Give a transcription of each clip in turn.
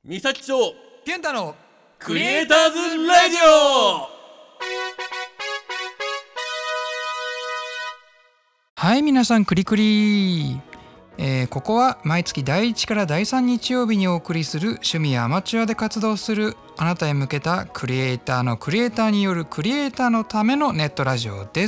三崎町健太のクリエイターズラジオ。 はい、皆さんクリクリ、ここは毎月第1から第3日曜日にお送りする趣味やアマチュアで活動するあなたへ向けたクリエイターのクリエイターによるクリエイターのためのネットラジオです。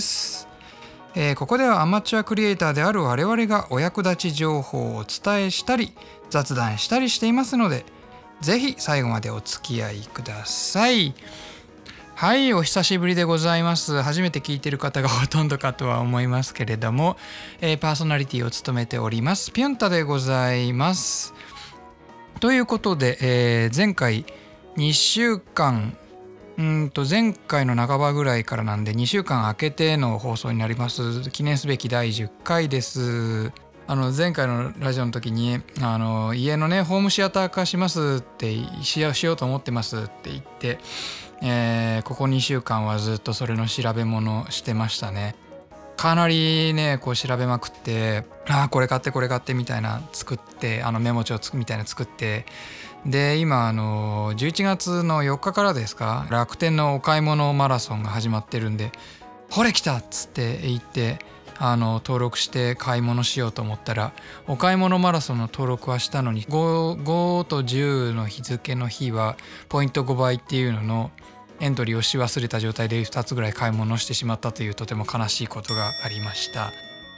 ここではアマチュアクリエイターである我々がお役立ち情報をお伝えしたり雑談したりしていますので、ぜひ最後までお付き合いください。はい、お久しぶりでございます。初めて聞いている方がほとんどかとは思いますけれども、パーソナリティを務めておりますピュンタでございます。ということで、前回2週間前回の半ばぐらいからなんで2週間空けての放送になります。記念すべき第10回です。前回のラジオの時に家のねホームシアター化しますってしようと思ってますって言って、ここ2週間はずっとそれの調べ物してましたね。かなりねこう調べまくって、これ買ってみたいな作って、メモ帳みたいな作って、で今11月の4日からですか、楽天のお買い物マラソンが始まってるんで、ほれ来たっつって言って登録して買い物しようと思ったら、お買い物マラソンの登録はしたのに 5と10の日付の日はポイント5倍っていうののエントリーをし忘れた状態で2つぐらい買い物してしまったという、とても悲しいことがありました。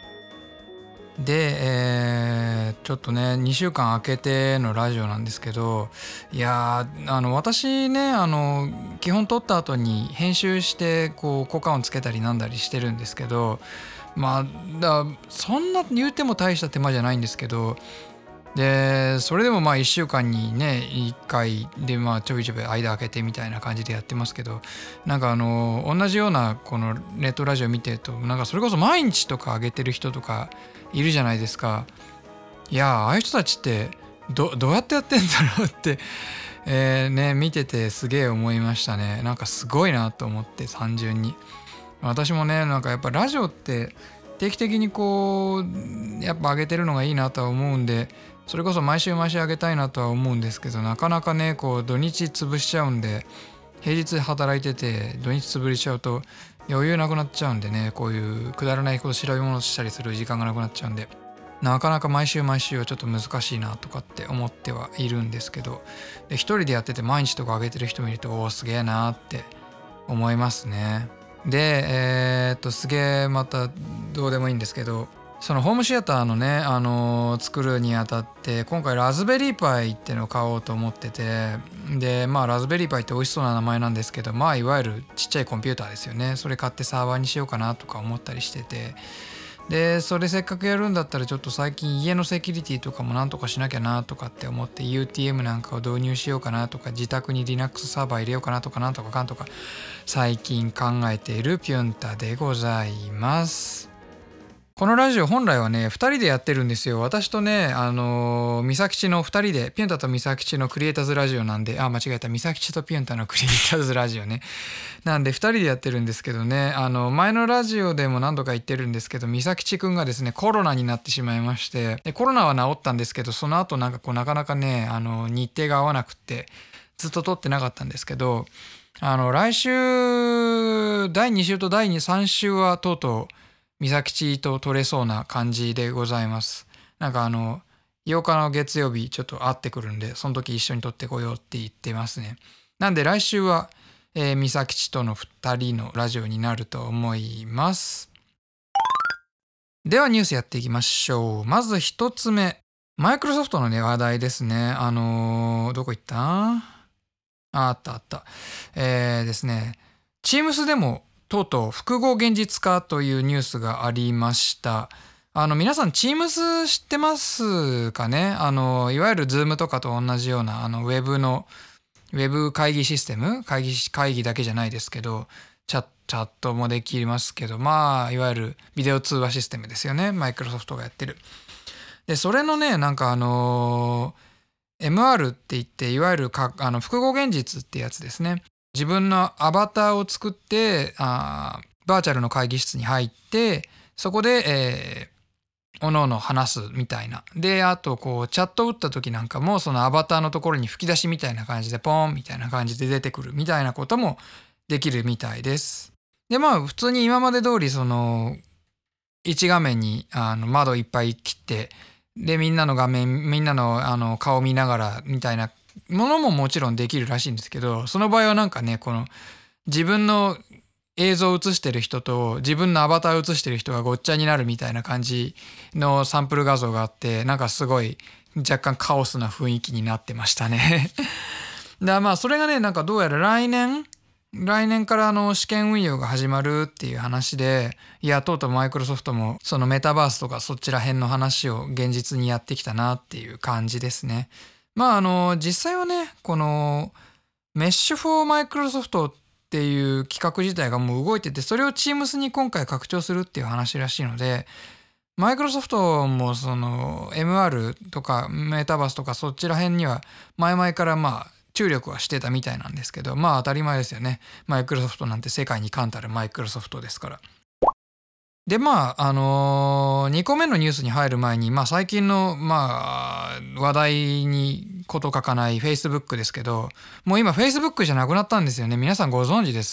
で、ちょっとね2週間空けてのラジオなんですけど、いや私ね基本撮った後に編集してこう効果音つけたりなんだりしてるんですけど、そんな言うても大した手間じゃないんですけど、でそれでも1週間にね1回でちょびちょび間空けてみたいな感じでやってますけど、なんか同じようなこのネットラジオ見てると、なんかそれこそ毎日とか上げてる人とかいるじゃないですか。いやああいう人たちってどうやってやってんだろうって、見ててすげえ思いましたね。なんかすごいなと思って、単純に私もねなんかやっぱラジオって定期的にこうやっぱ上げてるのがいいなとは思うんで、それこそ毎週上げたいなとは思うんですけど、なかなかねこう土日潰しちゃうんで、平日働いてて土日潰れちゃうと余裕なくなっちゃうんでね、こういうくだらないこと調べ物したりする時間がなくなっちゃうんで、なかなか毎週はちょっと難しいなとかって思ってはいるんですけど、で一人でやってて毎日とか上げてる人見るとすげえなって思いますね。で、すげえまたどうでもいいんですけど、そのホームシアターのね、作るにあたって今回ラズベリーパイっていうのを買おうと思ってて、でラズベリーパイって美味しそうな名前なんですけど、いわゆるちっちゃいコンピューターですよね。それ買ってサーバーにしようかなとか思ったりしてて、でそれせっかくやるんだったらちょっと最近家のセキュリティとかもなんとかしなきゃなとかって思って UTM なんかを導入しようかなとか、自宅に Linux サーバー入れようかなとか、なんとかかんとか最近考えているピュンタでございます。このラジオ本来はね2人でやってるんですよ。私とね三崎地の2人で、ピュンタと三崎地のクリエイターズラジオなんで、間違えた、三崎地とピュンタのクリエイターズラジオねなんで2人でやってるんですけどね、前のラジオでも何度か言ってるんですけど、三崎地くんがですねコロナになってしまいまして、でコロナは治ったんですけど、その後なかなかね日程が合わなくってずっと撮ってなかったんですけど、来週第2週と第3週はとうとう三崎地と撮れそうな感じでございます。なんか8日の月曜日ちょっと会ってくるんで、その時一緒に撮ってこようって言ってますね。なんで来週は三崎地との2人のラジオになると思います。ではニュースやっていきましょう。まず一つ目、マイクロソフトのね話題ですね。どこ行った？あった。ですね、Teams でもとうとう複合現実化というニュースがありました。皆さん Teams 知ってますかね？いわゆる Zoom とかと同じようなウェブ会議システム、会議だけじゃないですけど、チャットもできますけど、いわゆるビデオ通話システムですよね。マイクロソフトがやってる。でそれのねなんかMR って言って、いわゆる複合現実ってやつですね。自分のアバターを作ってバーチャルの会議室に入って、そこで、 おのおの話すみたいな。で、あとこうチャット打った時なんかもそのアバターのところに吹き出しみたいな感じでポーンみたいな感じで出てくるみたいなこともできるみたいです。で、まあ普通に今まで通りその1画面に窓いっぱい切って、でみんなの画面、みんなの顔見ながらみたいなものももちろんできるらしいんですけど、その場合はなんかね、この自分の映像を映してる人と自分のアバターを映してる人がごっちゃになるみたいな感じのサンプル画像があって、なんかすごい若干カオスな雰囲気になってましたね。だまあそれがね、なんかどうやら来年から試験運用が始まるっていう話で、いやとうとうマイクロソフトもそのメタバースとかそちら辺の話を現実にやってきたなっていう感じですね。まあ実際はね、このメッシュフォーマイクロソフトっていう企画自体がもう動いてて、それを Teams に今回拡張するっていう話らしいので、マイクロソフトもその MR とかメタバースとかそちら辺には前々からまあ注力はしてたみたいなんですけど、まあ当たり前ですよね。マイクロソフトなんて世界に冠たるマイクロソフトですから。でまあ2個目のニュースに入る前に、まあ最近のまあ話題にこと書かない Facebook ですけど、もう今 Facebook じゃなくなったんですよね。皆さんご存知です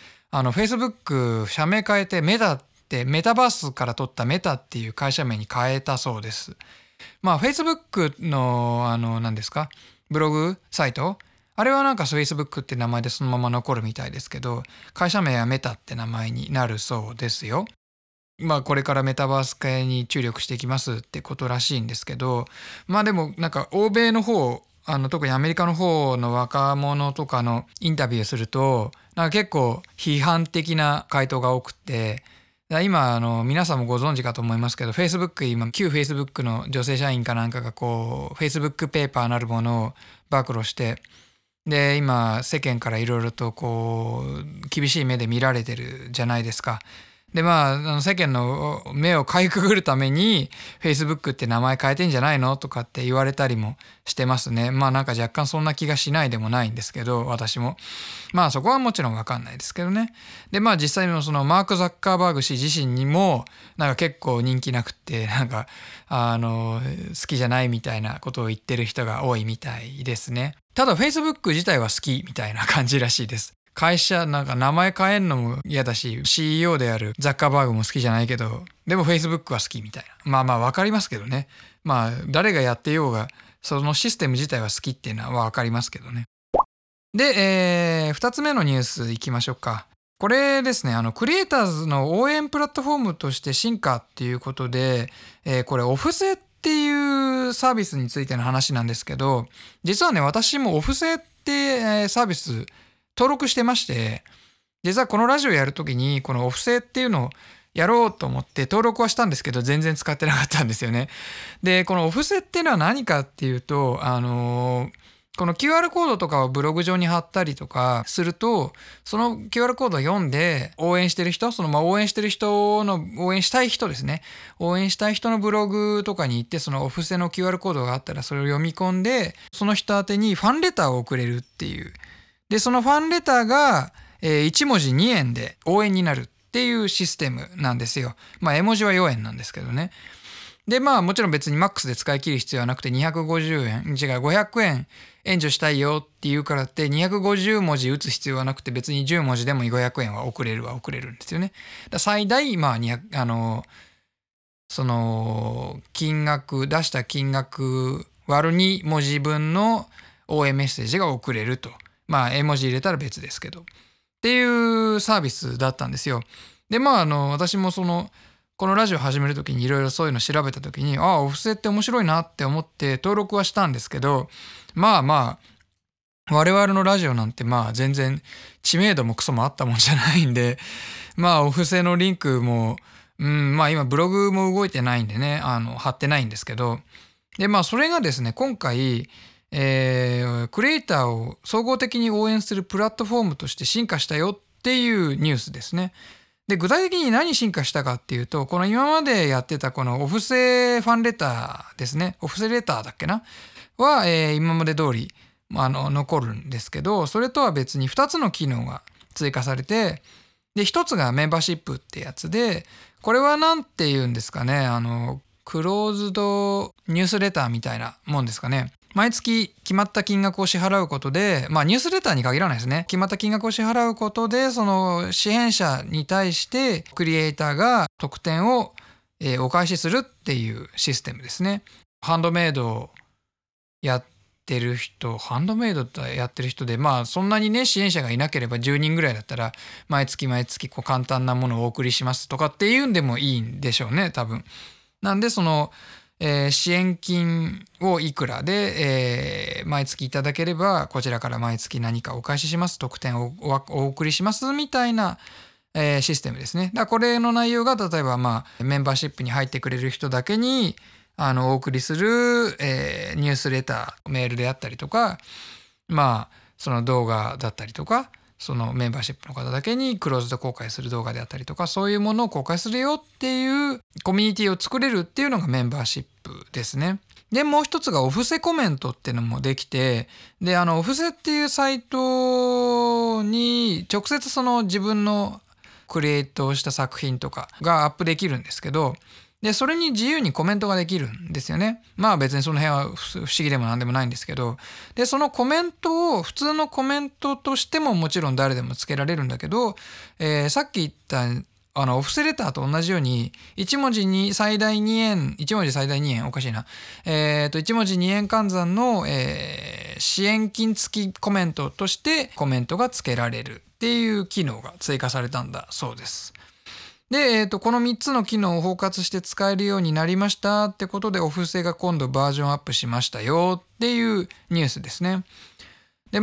？Facebook 社名変えてメタってメタバースから取ったメタっていう会社名に変えたそうです。まあ Facebook の何ですか、ブログサイト、あれはなんか Facebook って名前でそのまま残るみたいですけど、会社名はメタって名前になるそうですよ。まあこれからメタバース化に注力していきますってことらしいんですけど、まあでもなんか欧米の方、特にアメリカの方の若者とかのインタビューすると、なんか結構批判的な回答が多くて、今皆さんもご存知かと思いますけど、旧 Facebook の女性社員かなんかがこう Facebook ペーパーなるものを暴露して、で今世間からいろいろとこう厳しい目で見られてるじゃないですか。でまあ世間の目をかいくぐるために Facebook って名前変えてんじゃないのとかって言われたりもしてますね。まあなんか若干そんな気がしないでもないんですけど、私もまあそこはもちろん分かんないですけどね。でまあ実際のそのマーク・ザッカーバーグ氏自身にもなんか結構人気なくって、なんか好きじゃないみたいなことを言ってる人が多いみたいですね。ただ Facebook 自体は好きみたいな感じらしいです。会社なんか名前変えんのも嫌だし、 CEO であるザッカーバーグも好きじゃないけど、でも Facebook は好きみたいな。まあまあ分かりますけどね。まあ誰がやってようがそのシステム自体は好きっていうのは分かりますけどね。で、2つ目のニュースいきましょうか。これですね、クリエイターズの応援プラットフォームとして進化っていうことで、これオフセっていうサービスについての話なんですけど、実はね私もオフセってサービス登録してまして、実はこのラジオやるときにこのオフセっていうのをやろうと思って登録はしたんですけど、全然使ってなかったんですよね。でこのオフセっていうのは何かっていうと、この QR コードとかをブログ上に貼ったりとかすると、その QR コードを読んで応援してる人、応援してる人の応援したい人ですね、応援したい人のブログとかに行って、そのオフセの QR コードがあったらそれを読み込んで、その人宛てにファンレターを送れるっていう。でそのファンレターが1文字2円で応援になるっていうシステムなんですよ。まあ絵文字は4円なんですけどね。でまあもちろん別にマックスで使い切る必要はなくて、500円援助したいよって言うからって250文字打つ必要はなくて、別に10文字でも500円は送れるんですよね。だ最大まあその金額出した金額割る2文字分の応援メッセージが送れると。まあ絵文字入れたら別ですけどっていうサービスだったんですよ。でまあ私もこのラジオ始める時にいろいろそういうの調べた時に、オフセって面白いなって思って登録はしたんですけど、まあ我々のラジオなんてまあ全然知名度もクソもあったもんじゃないんで、まあオフセのリンクもまあ今ブログも動いてないんでね、貼ってないんですけど、でまあそれがですね今回クリエイターを総合的に応援するプラットフォームとして進化したよっていうニュースですね。で具体的に何進化したかっていうと、この今までやってたこのオフセファンレターですね、オフセレターだっけなは、今まで通り残るんですけど、それとは別に2つの機能が追加されて、で1つがメンバーシップってやつで、これは何て言うんですかね、 クローズドニュースレターみたいなもんですかね。毎月決まった金額を支払うことで、ニュースレターに限らないですね。決まった金額を支払うことで、その支援者に対してクリエイターが特典をお返しするっていうシステムですね。ハンドメイドをやってる人、ハンドメイドやってる人で、そんなにね、支援者がいなければ10人ぐらいだったら、毎月こう簡単なものをお送りしますとかっていうんでもいいんでしょうね、多分。なんで、支援金をいくらで、毎月いただければ、こちらから毎月何かお返しします、特典をお送りしますみたいな、システムですね。だからこれの内容が例えばメンバーシップに入ってくれる人だけにお送りする、ニュースレター、メールであったりとか、その動画だったりとか、そのメンバーシップの方だけにクローズド公開する動画であったりとか、そういうものを公開するよっていうコミュニティを作れるっていうのがメンバーシップですね。で、もう一つがお布施コメントっていうのもできて、で、お布施っていうサイトに直接その自分のクリエイトした作品とかがアップできるんですけど、で、それに自由にコメントができるんですよね。別にその辺は不思議でもなんでもないんですけど、で、そのコメントを普通のコメントとしてももちろん誰でもつけられるんだけど、さっき言ったお布施レターと同じように1文字に最大2円、1文字最大2円、おかしいな。1文字2円換算の、支援金付きコメントとしてコメントがつけられるっていう機能が追加されたんだそうです。で、この3つの機能を包括して使えるようになりましたってことで、お布施が今度バージョンアップしましたよっていうニュースですね。で、絵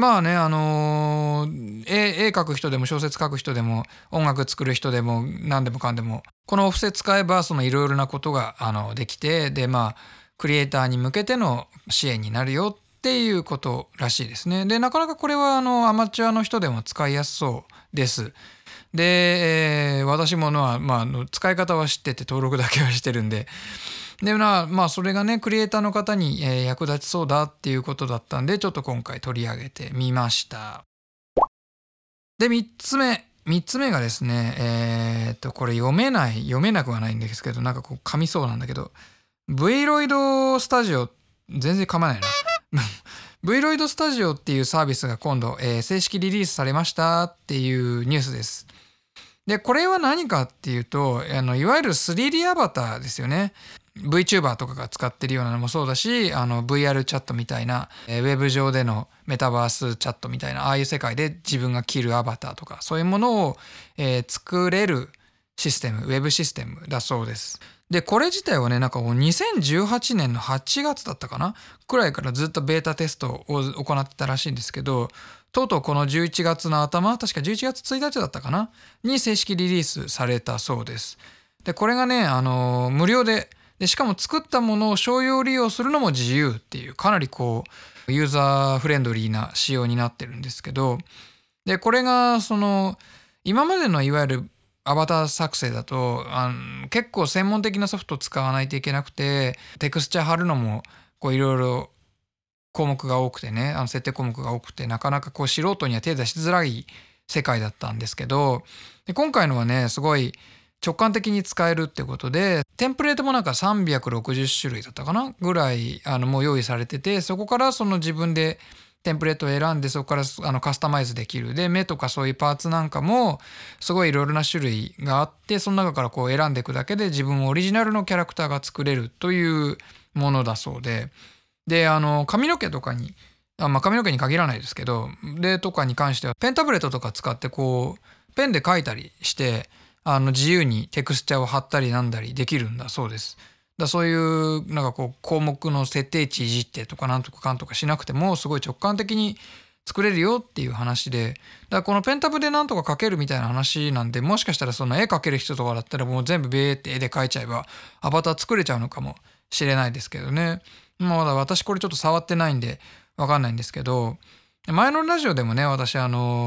描く人でも小説書く人でも音楽作る人でも何でもかんでも、このお布施使えばそのいろいろなことができて、で、クリエイターに向けての支援になるよっていうことらしいですね。で、なかなかこれはアマチュアの人でも使いやすそうです。で、私も使い方は知ってて登録だけはしてるんで、でそれがねクリエイターの方に、役立ちそうだっていうことだったんで、ちょっと今回取り上げてみました。で3つ目がですね、これ読めなくはないんですけど、噛みそうなんだけど、Vroid Studio、全然噛まないなVroid Studio っていうサービスが今度、正式リリースされましたっていうニュースです。で、これは何かっていうと、いわゆる 3D アバターですよね。VTuber とかが使ってるようなのもそうだし、VR チャットみたいな、ウェブ上でのメタバースチャットみたいな、ああいう世界で自分が着るアバターとか、そういうものを、作れるシステム、ウェブシステムだそうです。で、これ自体はね、2018年の8月だったかなくらいからずっとベータテストを行ってたらしいんですけど、とうとうこの11月の頭、確か11月1日だったかなに正式リリースされたそうです。で、これがね、無料で、しかも作ったものを商用利用するのも自由っていう、かなりユーザーフレンドリーな仕様になってるんですけど、で、これが今までのいわゆるアバター作成だと結構専門的なソフトを使わないといけなくて、テクスチャ貼るのもいろいろ項目が多くてね、設定項目が多くて、なかなか素人には手出しづらい世界だったんですけど、で今回のはねすごい直感的に使えるってことで、テンプレートも360種類だったかなぐらいもう用意されてて、そこから自分でテンプレートを選んで、そこからカスタマイズできる。で、目とかそういうパーツなんかもすごいいろいろな種類があって、その中から選んでいくだけで自分オリジナルのキャラクターが作れるというものだそうで、で髪の毛とかに髪の毛に限らないですけど、でとかに関してはペンタブレットとか使ってペンで書いたりして自由にテクスチャーを貼ったりなんだりできるんだそうです。そういう項目の設定値いじってとかなんとかかんとかしなくてもすごい直感的に作れるよっていう話で、このペンタブでなんとか描けるみたいな話なんで、もしかしたらその絵描ける人とかだったらもう全部ベーって絵で描いちゃえばアバター作れちゃうのかもしれないですけどね。まだ私これちょっと触ってないんでわかんないんですけど、前のラジオでもね、私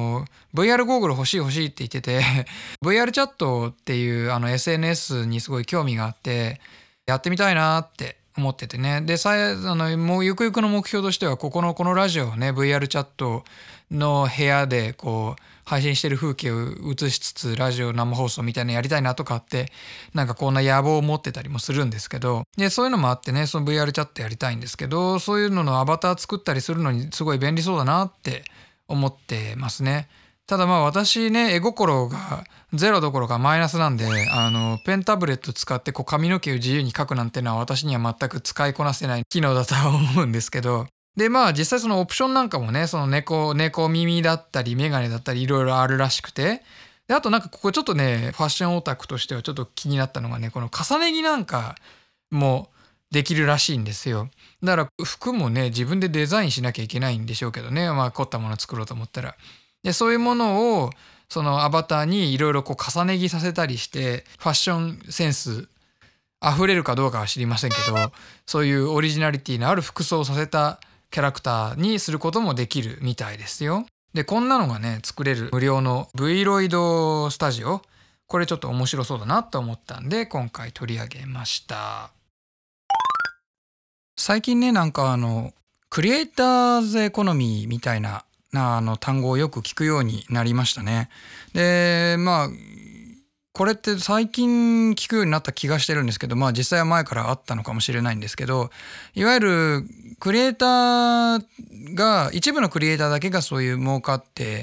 VR ゴーグル欲しいって言っててVR チャットっていうSNS にすごい興味があってやってみたいなって思っててね。でもうゆくゆくの目標としてはこのラジオをね VR チャットの部屋で配信してる風景を映しつつラジオ生放送みたいなのやりたいなとかってなんかこんな野望を持ってたりもするんですけど、でそういうのもあってね、その VR チャットやりたいんですけど、そういうののアバター作ったりするのにすごい便利そうだなって思ってますね。ただまあ私ね、絵心がゼロどころかマイナスなんで、ペンタブレット使ってこう髪の毛を自由に描くなんてのは私には全く使いこなせない機能だとは思うんですけど、でまあ実際そのオプションなんかもね、その猫耳だったりメガネだったりいろいろあるらしくて、であとなんかここちょっとね、ファッションオタクとしてはちょっと気になったのがね、この重ね着なんかもできるらしいんですよ。だから服もね、自分でデザインしなきゃいけないんでしょうけどね、まあ凝ったもの作ろうと思ったら。でそういうものをそのアバターにいろいろこう重ね着させたりしてファッションセンス溢れるかどうかは知りませんけど、そういうオリジナリティのある服装をさせたキャラクターにすることもできるみたいですよ。でこんなのがね作れる無料の Vroid スタジオ、これちょっと面白そうだなと思ったんで今回取り上げました。最近ね、なんかクリエイターズエコノミーみたいな単語をよく聞くようになりましたね。でまあこれって最近聞くようになった気がしてるんですけど、まあ実際は前からあったのかもしれないんですけど、いわゆるクリエイターが一部のクリエイターだけがそういう儲かって、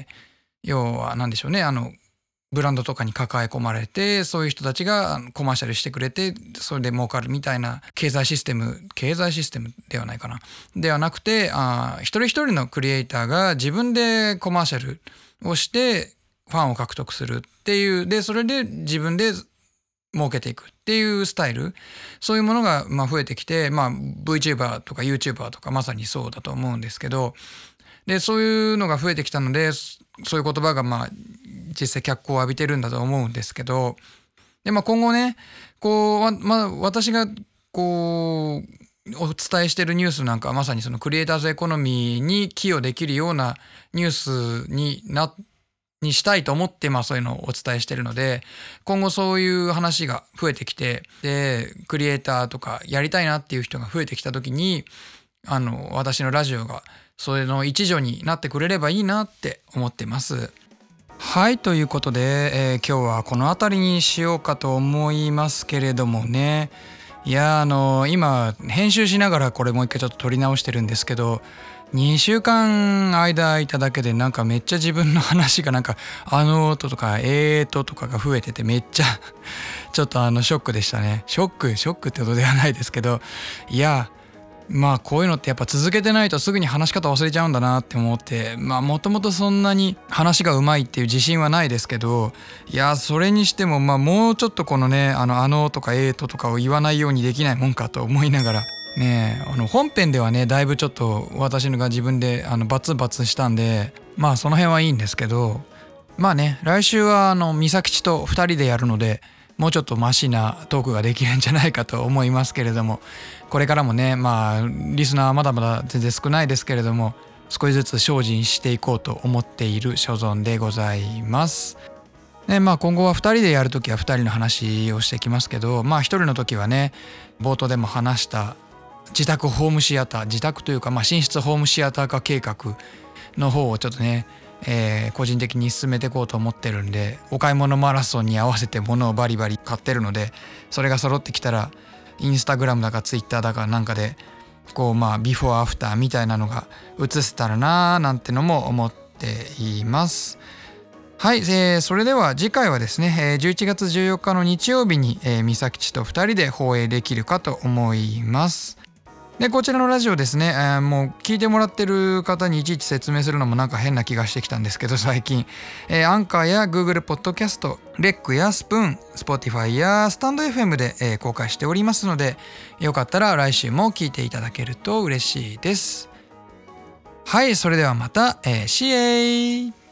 要は何でしょうね、ブランドとかに抱え込まれて、そういう人たちがコマーシャルしてくれてそれで儲かるみたいな経済システムではないかな、ではなくて、一人一人のクリエイターが自分でコマーシャルをしてファンを獲得するっていう、でそれで自分で儲けていくっていうスタイル、そういうものが増えてきて、VTuber とか YouTuber とかまさにそうだと思うんですけど、でそういうのが増えてきたので、そういう言葉が実際脚光を浴びてるんだと思うんですけど、で今後ね、こう私がこうお伝えしてるニュースなんかはまさにそのクリエイターズエコノミーに寄与できるようなニュースにしたいと思ってそういうのをお伝えしてるので、今後そういう話が増えてきて、でクリエイターとかやりたいなっていう人が増えてきた時に私のラジオがそれの一助になってくれればいいなって思ってます。はい、ということで、今日はこの辺りにしようかと思いますけれどもね、いや今編集しながらこれもう一回ちょっと撮り直してるんですけど、2週間間空いただけでなんかめっちゃ自分の話がなんかとかとかが増えてて、めっちゃちょっとショックでしたね。ショックってことではないですけど、いやこういうのってやっぱ続けてないとすぐに話し方忘れちゃうんだなって思って、もともとそんなに話がうまいっていう自信はないですけど、いやそれにしてももうちょっとこのねとかとかを言わないようにできないもんかと思いながらね、本編ではねだいぶちょっと私のが自分でバツバツしたんで、その辺はいいんですけど、来週は美咲ちと2人でやるのでもうちょっとマシなトークができるんじゃないかと思いますけれども、これからもねリスナーはまだまだ全然少ないですけれども、少しずつ精進していこうと思っている所存でございます。で今後は2人でやるときは2人の話をしてきますけど、1人の時はね、冒頭でも話した自宅ホームシアター、自宅というか寝室ホームシアター化計画の方をちょっとね個人的に進めていこうと思ってるんで、お買い物マラソンに合わせて物をバリバリ買ってるので、それが揃ってきたらインスタグラムだかツイッターだかなんかでこうビフォーアフターみたいなのが映せたらなーなんてのも思っています。はい、それでは次回はですね11月14日の日曜日に美咲ちと2人で放映できるかと思います。でこちらのラジオですね、もう聞いてもらってる方にいちいち説明するのもなんか変な気がしてきたんですけど、最近、アンカーや Google ポッドキャスト、レックやスプーン、Spotify やスタンド FM で、公開しておりますので、よかったら来週も聞いていただけると嬉しいです。はい、それではまた、シエー